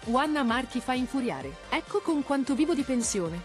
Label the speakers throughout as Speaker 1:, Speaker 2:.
Speaker 1: Wanna Marchi fa infuriare. Ecco con quanto vivo di pensione.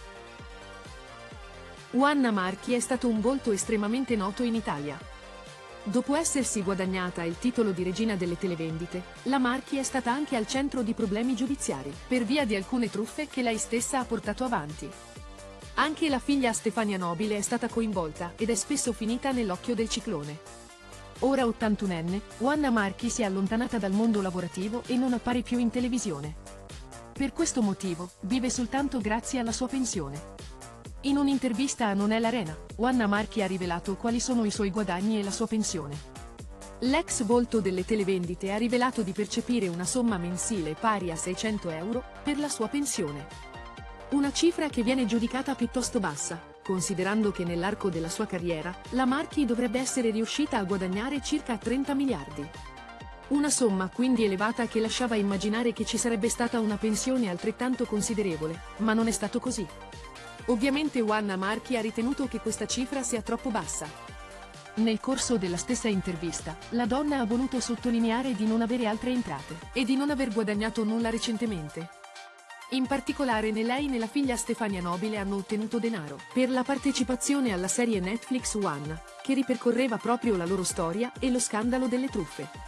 Speaker 1: Wanna Marchi è stato un volto estremamente noto in Italia. Dopo essersi guadagnata il titolo di regina delle televendite, la Marchi è stata anche al centro di problemi giudiziari, per via di alcune truffe che lei stessa ha portato avanti. Anche la figlia Stefania Nobile è stata coinvolta ed è spesso finita nell'occhio del ciclone. Ora 81enne, Wanna Marchi si è allontanata dal mondo lavorativo e non appare più in televisione. Per questo motivo, vive soltanto grazie alla sua pensione. In un'intervista a Non è l'Arena, Wanna Marchi ha rivelato quali sono i suoi guadagni e la sua pensione. L'ex volto delle televendite ha rivelato di percepire una somma mensile pari a 600 euro per la sua pensione. Una cifra che viene giudicata piuttosto bassa, considerando che nell'arco della sua carriera, la Marchi dovrebbe essere riuscita a guadagnare circa 30 miliardi. Una somma quindi elevata che lasciava immaginare che ci sarebbe stata una pensione altrettanto considerevole, ma non è stato così. Ovviamente Wanna Marchi ha ritenuto che questa cifra sia troppo bassa. Nel corso della stessa intervista, la donna ha voluto sottolineare di non avere altre entrate e di non aver guadagnato nulla recentemente. In particolare né lei né la figlia Stefania Nobile hanno ottenuto denaro per la partecipazione alla serie Netflix Wanna, che ripercorreva proprio la loro storia e lo scandalo delle truffe.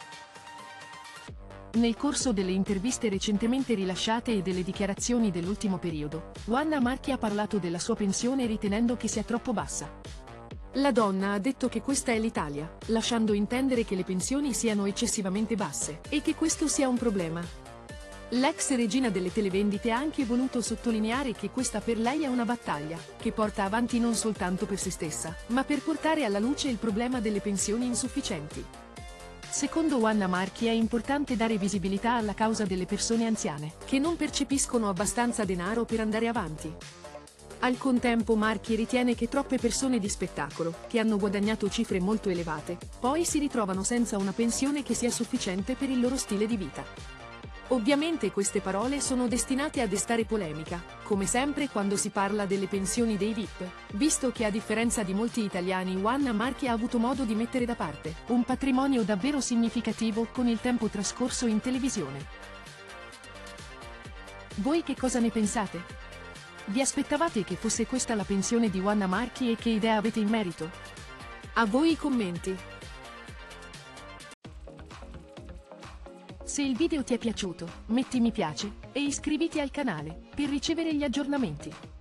Speaker 1: Nel corso delle interviste recentemente rilasciate e delle dichiarazioni dell'ultimo periodo, Wanna Marchi ha parlato della sua pensione ritenendo che sia troppo bassa. La donna ha detto che questa è l'Italia, lasciando intendere che le pensioni siano eccessivamente basse e che questo sia un problema. L'ex regina delle televendite ha anche voluto sottolineare che questa per lei è una battaglia, che porta avanti non soltanto per se stessa, ma per portare alla luce il problema delle pensioni insufficienti. Secondo Wanna Marchi è importante dare visibilità alla causa delle persone anziane, che non percepiscono abbastanza denaro per andare avanti. Al contempo Marchi ritiene che troppe persone di spettacolo, che hanno guadagnato cifre molto elevate, poi si ritrovano senza una pensione che sia sufficiente per il loro stile di vita. Ovviamente queste parole sono destinate a destare polemica, come sempre quando si parla delle pensioni dei VIP, visto che a differenza di molti italiani Wanna Marchi ha avuto modo di mettere da parte un patrimonio davvero significativo con il tempo trascorso in televisione. Voi che cosa ne pensate? Vi aspettavate che fosse questa la pensione di Wanna Marchi e che idea avete in merito? A voi i commenti! Se il video ti è piaciuto, metti mi piace e iscriviti al canale per ricevere gli aggiornamenti.